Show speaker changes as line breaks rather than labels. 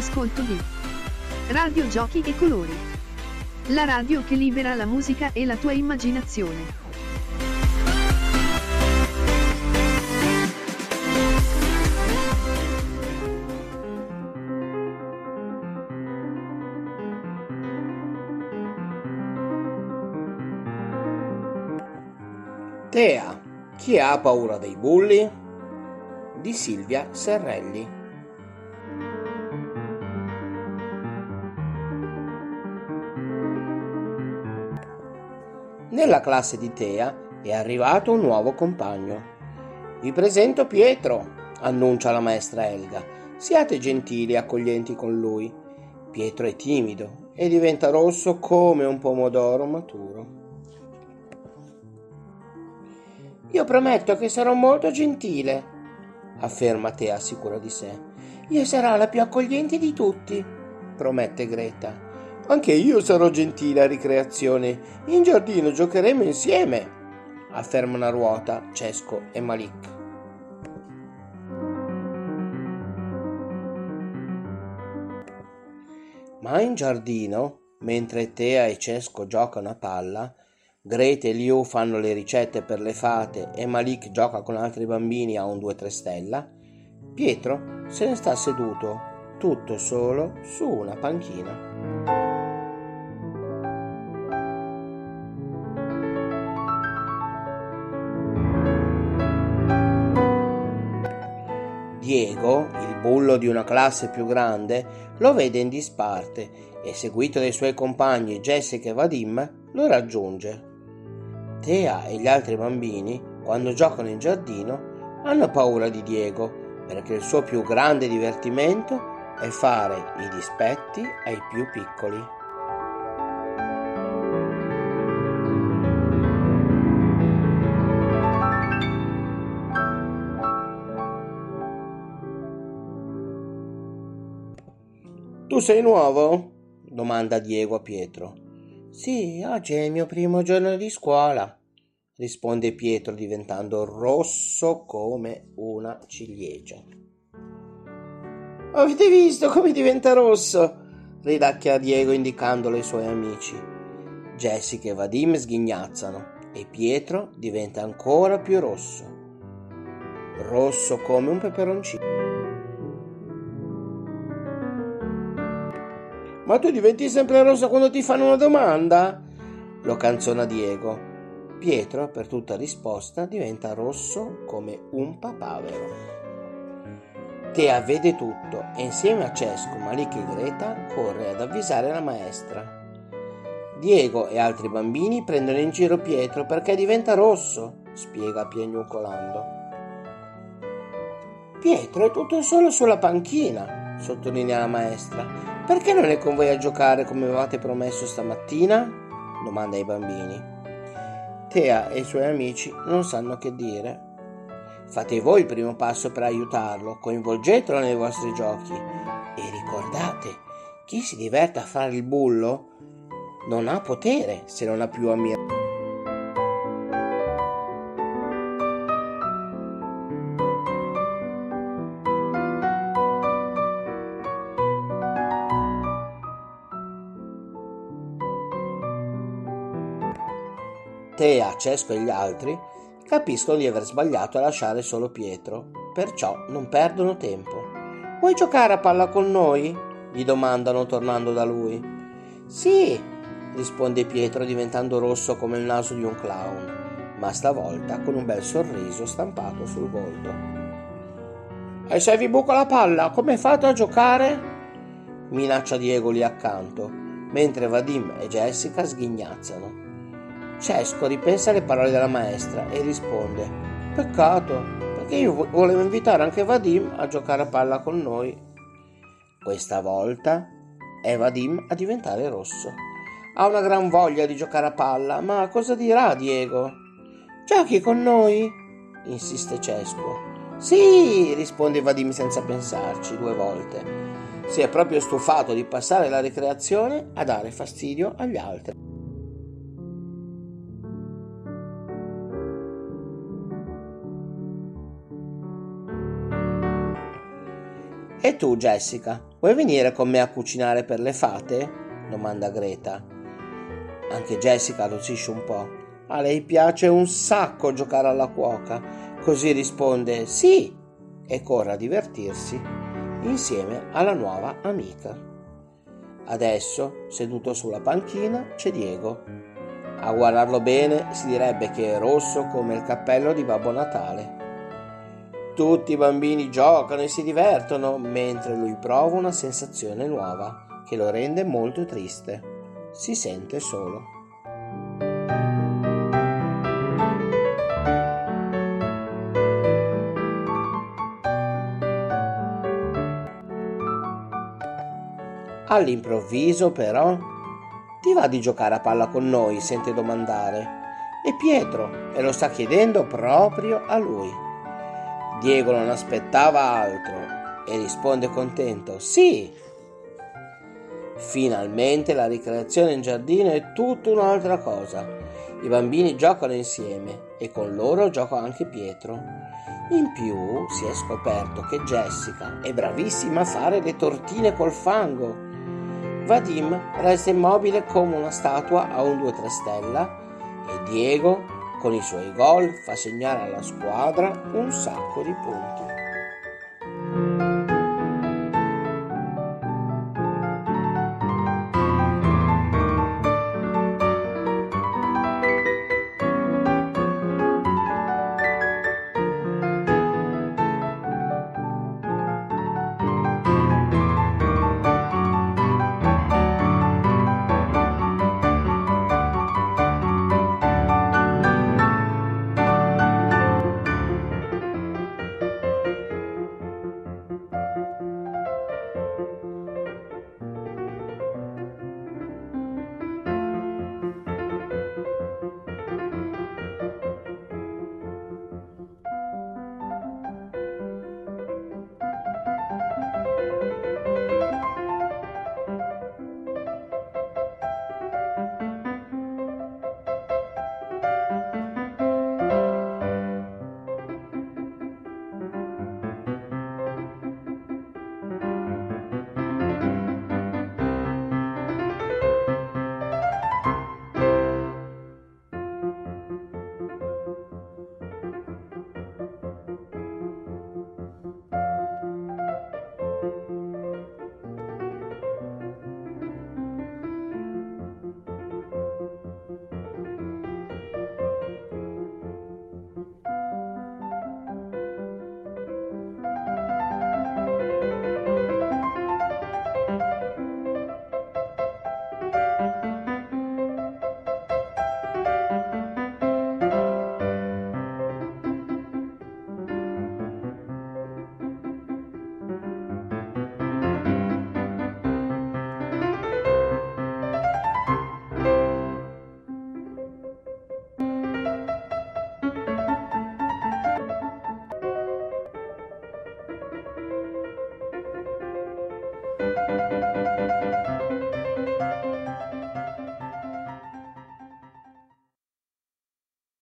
all'ascolto di Radio Giochi e Colori. La radio che libera la musica e la tua immaginazione.
Tea, chi ha paura dei bulli? Di Silvia Serrelli. Nella classe di Tea è arrivato un nuovo compagno. Vi presento Pietro, annuncia la maestra Elga. Siate gentili e accoglienti con lui. Pietro è timido e diventa rosso come un pomodoro maturo. Io prometto che sarò molto gentile, afferma Tea sicura di sé. Io sarò la più accogliente di tutti, promette Greta. Anche io sarò gentile a ricreazione. In giardino giocheremo insieme, affermano a ruota Cesco e Malik. Ma in giardino, mentre Tea e Cesco giocano a palla, Grete e Liu fanno le ricette per le fate e Malik gioca con altri bambini a un 2-3 stella, Pietro se ne sta seduto, tutto solo, su una panchina. Diego, il bullo di una classe più grande, lo vede in disparte e, seguito dai suoi compagni Jessica e Vadim, lo raggiunge. Tea e gli altri bambini, quando giocano in giardino, hanno paura di Diego perché il suo più grande divertimento è fare i dispetti ai più piccoli. Tu sei nuovo? Domanda Diego a Pietro. Sì, oggi è il mio primo giorno di scuola, risponde Pietro diventando rosso come una ciliegia. Avete visto come diventa rosso? Ridacchia Diego indicandolo ai suoi amici. Jessica e Vadim sghignazzano e Pietro diventa ancora più rosso. Rosso come un peperoncino. Ma tu diventi sempre rosso quando ti fanno una domanda? Lo canzona Diego. Pietro, per tutta risposta, diventa rosso come un papavero. Tea vede tutto e insieme a Cesco, Malik e Greta corre ad avvisare la maestra. Diego e altri bambini prendono in giro Pietro perché diventa rosso, spiega piagnucolando. Pietro è tutto solo sulla panchina, sottolinea la maestra. Perché non è con voi a giocare come avevate promesso stamattina? Domanda ai bambini. Tea e i suoi amici non sanno che dire. Fate voi il primo passo per aiutarlo, coinvolgetelo nei vostri giochi e ricordate, chi si diverte a fare il bullo non ha potere se non ha più ammirazione. Tea, Cesco e gli altri capiscono di aver sbagliato a lasciare solo Pietro, perciò non perdono tempo. Vuoi giocare a palla con noi? Gli domandano tornando da lui. Sì, risponde Pietro diventando rosso come il naso di un clown, ma stavolta con un bel sorriso stampato sul volto. E se vi buco la palla, come fate a giocare? Minaccia Diego lì accanto, mentre Vadim e Jessica sghignazzano. Cesco ripensa alle parole della maestra e risponde: peccato, perché io volevo invitare anche Vadim a giocare a palla con noi. Questa volta è Vadim a diventare rosso. Ha una gran voglia di giocare a palla, ma cosa dirà Diego? Giochi con noi? Insiste Cesco. Sì, risponde Vadim senza pensarci 2 volte. Si è proprio stufato di passare la ricreazione a dare fastidio agli altri. E tu, Jessica, Vuoi venire con me a cucinare per le fate? Domanda Greta. Anche Jessica arrossisce un po'. A lei piace un sacco giocare alla cuoca, così risponde sì e corre a divertirsi insieme alla nuova amica. Adesso, seduto sulla panchina, c'è Diego. A guardarlo bene si direbbe che è rosso come il cappello di Babbo Natale. Tutti i bambini giocano e si divertono, mentre lui prova una sensazione nuova che lo rende molto triste. Si sente solo. All'improvviso, però, ti va di giocare a palla con noi? Sente domandare. È Pietro e lo sta chiedendo proprio a lui. Diego non aspettava altro e risponde contento: sì! Finalmente la ricreazione in giardino è tutta un'altra cosa. I bambini giocano insieme e con loro gioca anche Pietro. In più si è scoperto che Jessica è bravissima a fare le tortine col fango. Vadim resta immobile come una statua a un 2-3 stella e Diego con i suoi gol fa segnare alla squadra un sacco di punti.